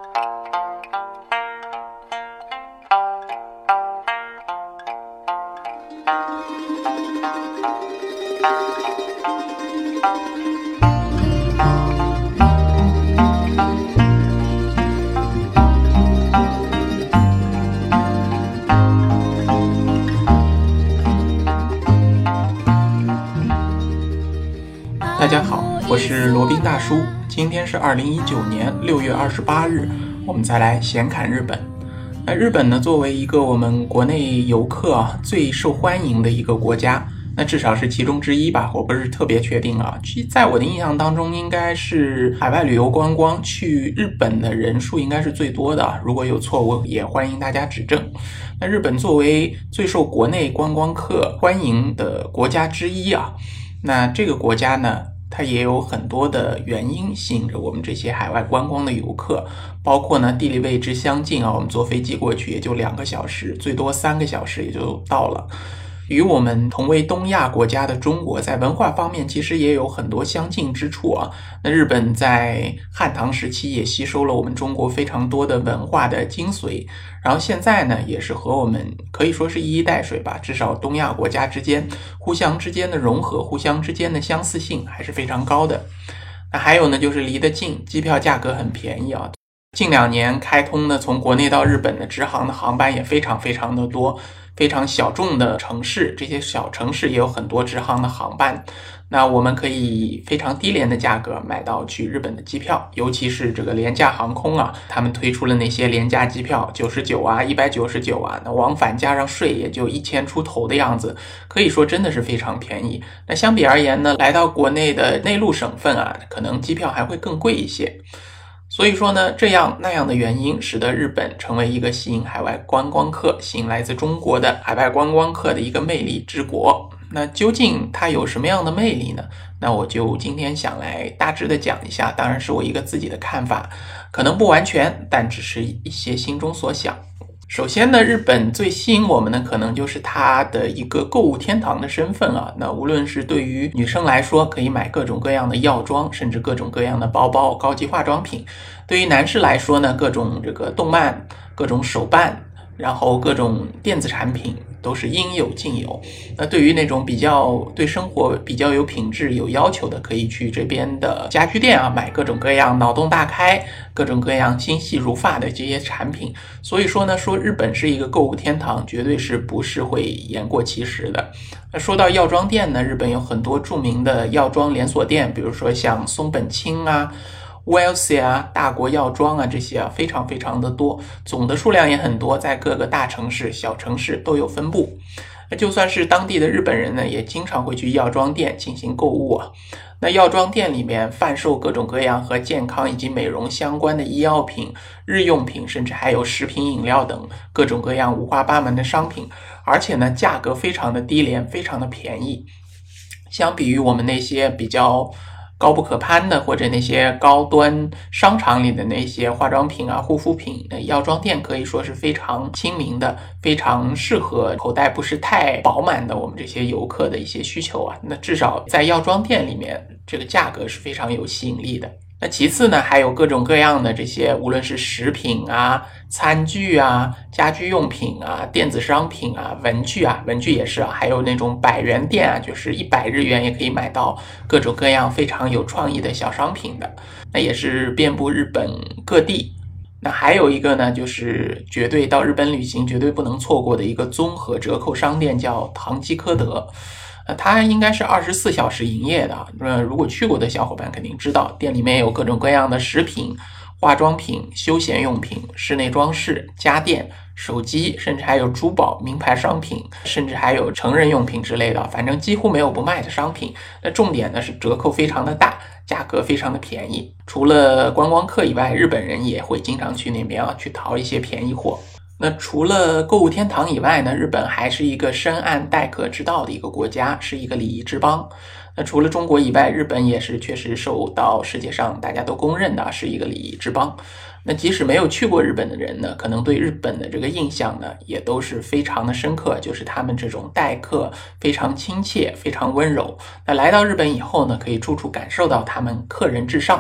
大家好，我是罗宾大叔。今天是2019年6月28日，我们再来闲侃日本。日本呢，作为一个我们国内游客最受欢迎的一个国家，那至少是其中之一吧，我不是特别确定啊。在我的印象当中，应该是海外旅游观光去日本的人数应该是最多的，如果有错误也欢迎大家指正。那日本作为最受国内观光客欢迎的国家之一啊，那这个国家呢，它也有很多的原因吸引着我们这些海外观光的游客，包括呢地理位置相近啊，我们坐飞机过去也就2个小时，最多3个小时也就到了。与我们同为东亚国家的中国，在文化方面其实也有很多相近之处啊。那日本在汉唐时期也吸收了我们中国非常多的文化的精髓，然后现在呢也是和我们可以说是一衣带水吧，至少东亚国家之间互相之间的融合，互相之间的相似性还是非常高的。那还有呢就是离得近，机票价格很便宜啊。近2年开通的从国内到日本的直航的航班也非常非常的多，非常小众的城市，这些小城市也有很多直航的航班，那我们可以非常低廉的价格买到去日本的机票，尤其是这个廉价航空啊，他们推出了那些廉价机票99啊199啊，那往返加上税也就1000出头的样子，可以说真的是非常便宜。那相比而言呢，来到国内的内陆省份啊，可能机票还会更贵一些。所以说呢，这样那样的原因使得日本成为一个吸引海外观光客，吸引来自中国的海外观光客的一个魅力之国。那究竟它有什么样的魅力呢？那我就今天想来大致的讲一下，当然是我一个自己的看法，可能不完全，但只是一些心中所想。首先呢，日本最吸引我们的可能就是它的一个购物天堂的身份啊。那无论是对于女生来说，可以买各种各样的药妆，甚至各种各样的包包、高级化妆品；对于男士来说呢，各种这个动漫、各种手办，然后各种电子产品都是应有尽有。那对于那种对生活比较有品质、有要求的，可以去这边的家居店啊，买各种各样脑洞大开、各种各样精细如发的这些产品。所以说呢，说日本是一个购物天堂，绝对是不是会言过其实的。那说到药妆店呢，日本有很多著名的药妆连锁店，比如说像松本清啊、Wells 啊、大国药妆啊，这些啊非常非常的多，总的数量也很多，在各个大城市、小城市都有分布。就算是当地的日本人呢，也经常会去药妆店进行购物啊。那药妆店里面贩售各种各样和健康以及美容相关的医药品、日用品，甚至还有食品饮料等各种各样五花八门的商品，而且呢价格非常的低廉，非常的便宜。相比于我们那些比较高不可攀的，或者那些高端商场里的那些化妆品啊、护肤品，药妆店可以说是非常亲民的，非常适合口袋不是太饱满的我们这些游客的一些需求啊。那至少在药妆店里面，这个价格是非常有吸引力的。那其次呢，还有各种各样的这些，无论是食品啊、餐具啊、家居用品啊、电子商品啊、文具也是啊，还有那种100元店啊，就是100日元也可以买到各种各样非常有创意的小商品的，那也是遍布日本各地。那还有一个呢，就是绝对到日本旅行绝对不能错过的一个综合折扣商店，叫唐吉诃德。它应该是24小时营业的，如果去过的小伙伴肯定知道，店里面有各种各样的食品、化妆品、休闲用品、室内装饰、家电、手机，甚至还有珠宝、名牌商品，甚至还有成人用品之类的，反正几乎没有不卖的商品。那重点呢是折扣非常的大，价格非常的便宜。除了观光客以外，日本人也会经常去那边去淘一些便宜货。那除了购物天堂以外呢，日本还是一个深谙待客之道的一个国家，是一个礼仪之邦。那除了中国以外，日本也是确实受到世界上大家都公认的是一个礼仪之邦。那即使没有去过日本的人呢，可能对日本的这个印象呢也都是非常的深刻，就是他们这种待客非常亲切，非常温柔。那来到日本以后呢，可以处处感受到他们客人至上、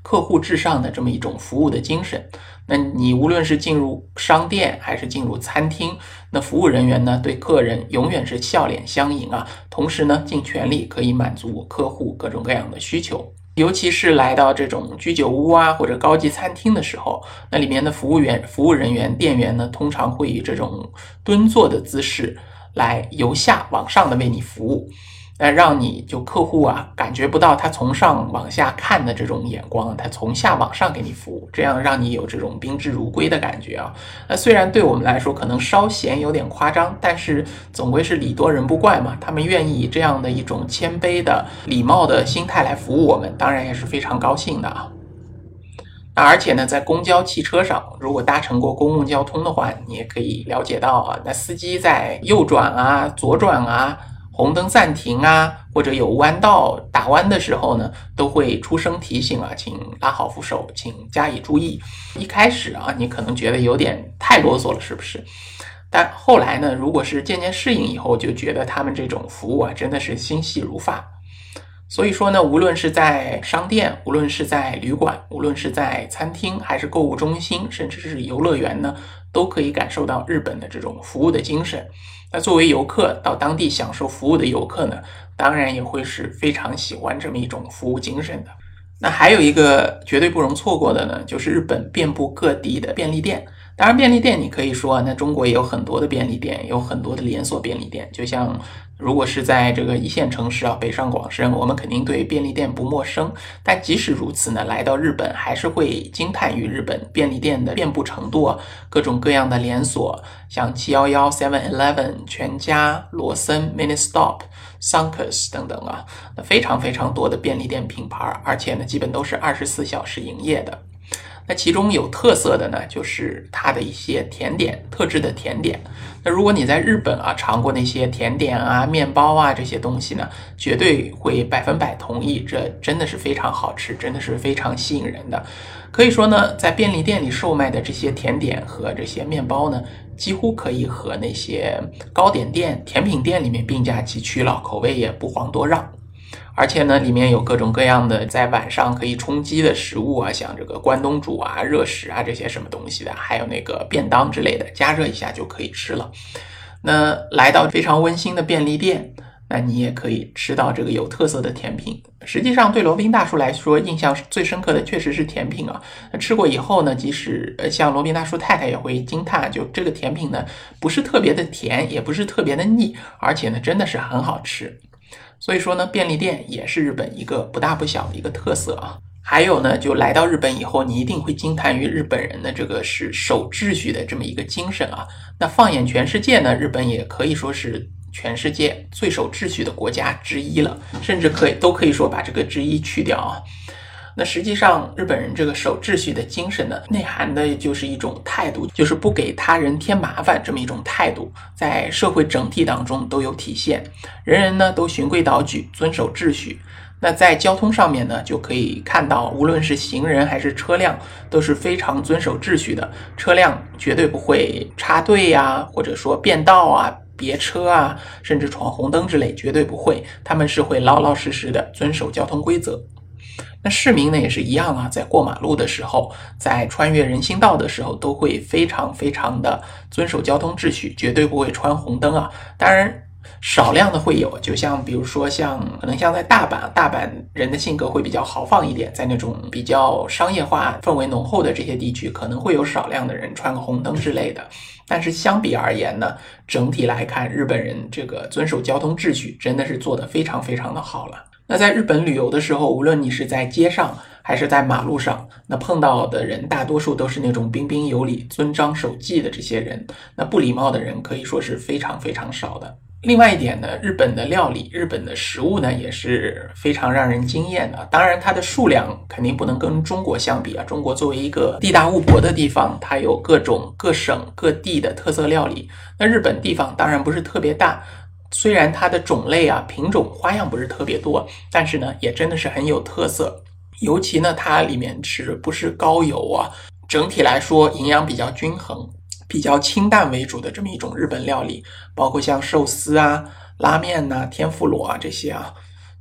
客户至上的这么一种服务的精神。那你无论是进入商店还是进入餐厅，那服务人员呢对客人永远是笑脸相迎啊，同时呢尽全力可以满足客户各种各样的需求。尤其是来到这种居酒屋啊或者高级餐厅的时候，那里面的服务人员、店员呢通常会以这种蹲坐的姿势来由下往上的为你服务，让你就客户啊感觉不到他从上往下看的这种眼光，他从下往上给你服务，这样让你有这种宾至如归的感觉啊。那虽然对我们来说可能稍显有点夸张，但是总归是礼多人不怪嘛，他们愿意以这样的一种谦卑的礼貌的心态来服务我们，当然也是非常高兴的啊。而且呢，在公交汽车上，如果搭乘过公共交通的话，你也可以了解到啊，那司机在右转啊、左转啊、红灯暂停啊，或者有弯道打弯的时候呢，都会出声提醒啊，请拉好扶手，请加以注意。一开始啊，你可能觉得有点太啰嗦了，是不是？但后来呢，如果是渐渐适应以后，就觉得他们这种服务啊，真的是心细如发。所以说呢，无论是在商店，无论是在旅馆，无论是在餐厅，还是购物中心，甚至是游乐园呢，都可以感受到日本的这种服务的精神。那作为游客到当地享受服务的游客呢，当然也会是非常喜欢这么一种服务精神的。那还有一个绝对不容错过的呢，就是日本遍布各地的便利店。当然便利店你可以说那中国也有很多的便利店，有很多的连锁便利店，就像如果是在这个一线城市啊，北上广深，我们肯定对便利店不陌生。但即使如此呢，来到日本还是会惊叹于日本便利店的遍布程度啊，各种各样的连锁，像711、7-Eleven、全家、罗森、Ministop、Sunkus 等等啊，非常非常多的便利店品牌，而且呢基本都是24小时营业的。那其中有特色的呢，就是它的一些甜点，特制的甜点。那如果你在日本啊尝过那些甜点啊、面包啊这些东西呢，绝对会100%同意，这真的是非常好吃，真的是非常吸引人的。可以说呢，在便利店里售卖的这些甜点和这些面包呢，几乎可以和那些糕点店、甜品店里面并驾齐驱了，口味也不遑多让。而且呢，里面有各种各样的在晚上可以充饥的食物啊，像这个关东煮啊、热食啊这些什么东西的，还有那个便当之类的，加热一下就可以吃了。那来到非常温馨的便利店，那你也可以吃到这个有特色的甜品。实际上对罗宾大叔来说，印象最深刻的确实是甜品啊。吃过以后呢，即使像罗宾大叔太太也会惊叹，就这个甜品呢，不是特别的甜，也不是特别的腻，而且呢，真的是很好吃。所以说呢，便利店也是日本一个不大不小的一个特色啊。还有呢，就来到日本以后，你一定会惊叹于日本人的这个是守秩序的这么一个精神啊。那放眼全世界呢，日本也可以说是全世界最守秩序的国家之一了，甚至都可以说把这个之一去掉啊。那实际上日本人这个守秩序的精神呢，内涵的就是一种态度，就是不给他人添麻烦这么一种态度，在社会整体当中都有体现。人人呢都循规蹈矩，遵守秩序。那在交通上面呢，就可以看到无论是行人还是车辆都是非常遵守秩序的，车辆绝对不会插队啊，或者说变道啊、别车啊，甚至闯红灯之类，绝对不会，他们是会老老实实的遵守交通规则。那市民呢也是一样啊，在过马路的时候，在穿越人行道的时候，都会非常非常的遵守交通秩序，绝对不会穿红灯啊。当然少量的会有，就像比如说可能像在大阪人的性格会比较豪放一点，在那种比较商业化氛围浓厚的这些地区，可能会有少量的人穿个红灯之类的。但是相比而言呢，整体来看，日本人这个遵守交通秩序真的是做得非常非常的好了。那在日本旅游的时候，无论你是在街上还是在马路上，那碰到的人大多数都是那种彬彬有礼、遵章守纪的这些人，那不礼貌的人可以说是非常非常少的。另外一点呢，日本的料理、日本的食物呢也是非常让人惊艳的。当然它的数量肯定不能跟中国相比啊，中国作为一个地大物博的地方，它有各省各地的特色料理。那日本地方当然不是特别大，虽然它的种类啊、品种、花样不是特别多，但是呢也真的是很有特色。尤其呢它里面不是高油啊，整体来说营养比较均衡，比较清淡为主的这么一种日本料理，包括像寿司啊、拉面啊、天妇罗啊这些啊。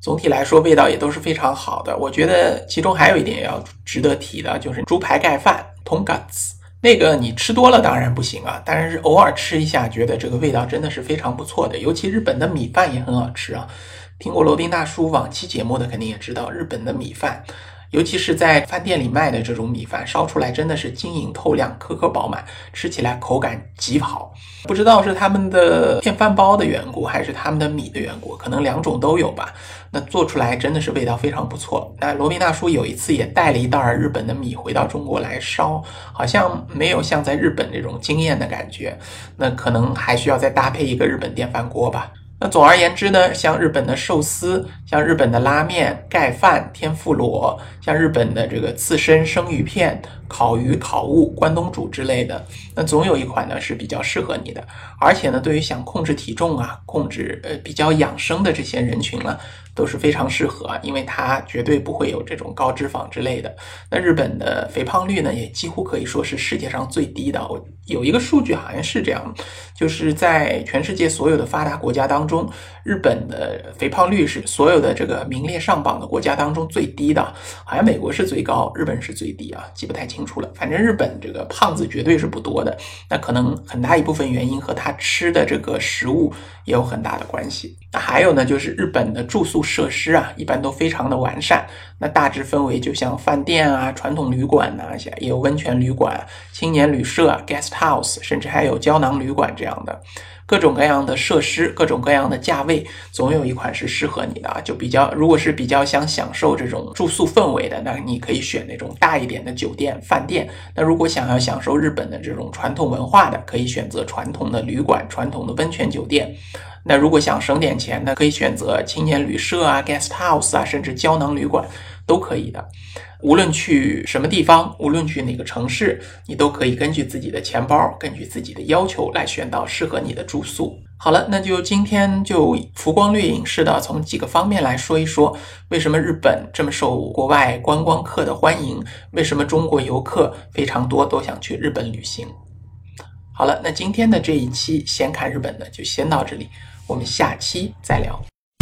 总体来说味道也都是非常好的。我觉得其中还有一点要值得提的，就是猪排盖饭 Tonkatsu， 那个你吃多了当然不行啊，但是偶尔吃一下觉得这个味道真的是非常不错的。尤其日本的米饭也很好吃啊，听过罗宾大叔往期节目的肯定也知道，日本的米饭尤其是在饭店里卖的这种米饭，烧出来真的是晶莹透亮，颗颗饱满，吃起来口感极好。不知道是他们的电饭煲的缘故还是他们的米的缘故，可能两种都有吧。那做出来真的是味道非常不错。那罗宾大叔有一次也带了一袋日本的米回到中国来烧，好像没有像在日本这种惊艳的感觉，那可能还需要再搭配一个日本电饭锅吧。那总而言之呢，像日本的寿司，像日本的拉面、盖饭、天妇罗，像日本的这个刺身、生鱼片、烤鱼、烤物、关东煮之类的，那总有一款呢是比较适合你的。而且呢，对于想控制体重啊、控制比较养生的这些人群呢，都是非常适合，因为它绝对不会有这种高脂肪之类的。那日本的肥胖率呢，也几乎可以说是世界上最低的。我有一个数据好像是这样，就是在全世界所有的发达国家当中，日本的肥胖率是所有的这个名列上榜的国家当中最低的，好像美国是最高，日本是最低啊，记不太清楚了。反正日本这个胖子绝对是不多的，那可能很大一部分原因和他吃的这个食物也有很大的关系。那还有呢，就是日本的住宿设施啊，一般都非常的完善，那大致分为就像饭店啊、传统旅馆啊，也有温泉旅馆、青年旅社啊、guest house， 甚至还有胶囊旅馆这样的。各种各样的设施，各种各样的价位，总有一款是适合你的啊。就如果是比较想享受这种住宿氛围的，那你可以选那种大一点的酒店、饭店。那如果想要享受日本的这种传统文化的，可以选择传统的旅馆、传统的温泉酒店。那如果想省点钱呢，可以选择青年旅社啊、guest house 啊，甚至胶囊旅馆都可以的。无论去什么地方，无论去哪个城市，你都可以根据自己的钱包，根据自己的要求来选到适合你的住宿。好了，那就今天就浮光掠影式的从几个方面来说一说，为什么日本这么受国外观光客的欢迎，为什么中国游客非常多都想去日本旅行。好了，那今天的这一期闲侃日本呢，就先到这里，我们下期再聊。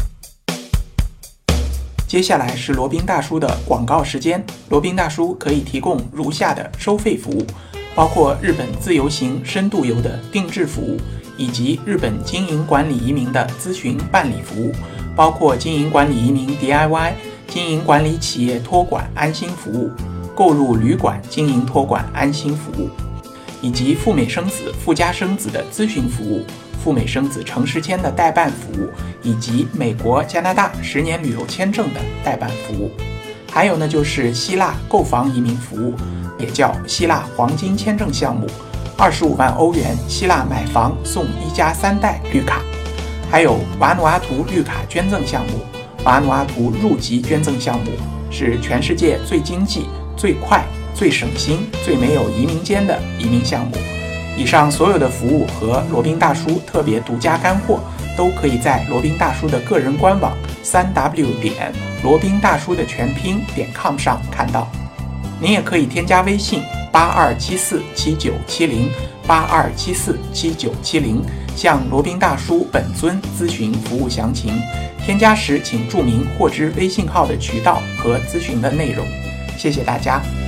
接下来是罗宾大叔的广告时间。罗宾大叔可以提供如下的收费服务，包括日本自由行、深度游的定制服务，以及日本经营管理移民的咨询办理服务，包括经营管理移民 DIY、经营管理企业托管安心服务、购入旅馆经营托管安心服务，以及赴美生子、赴加生子的咨询服务，赴美生子城市签的代办服务，以及美国、加拿大10年旅游签证的代办服务。还有呢，就是希腊购房移民服务，也叫希腊黄金签证项目，25万欧元希腊买房送1+3代绿卡。还有瓦努阿图绿卡捐赠项目，瓦努阿图入籍捐赠项目是全世界最经济、最快、最省心、最没有移民监的移民项目。以上所有的服务和罗宾大叔特别独家干货，都可以在罗宾大叔的个人官网3w. 罗宾大叔的全拼.com 上看到。您也可以添加微信82747970 82747970，向罗宾大叔本尊咨询服务详情。添加时请注明获知微信号的渠道和咨询的内容。谢谢大家。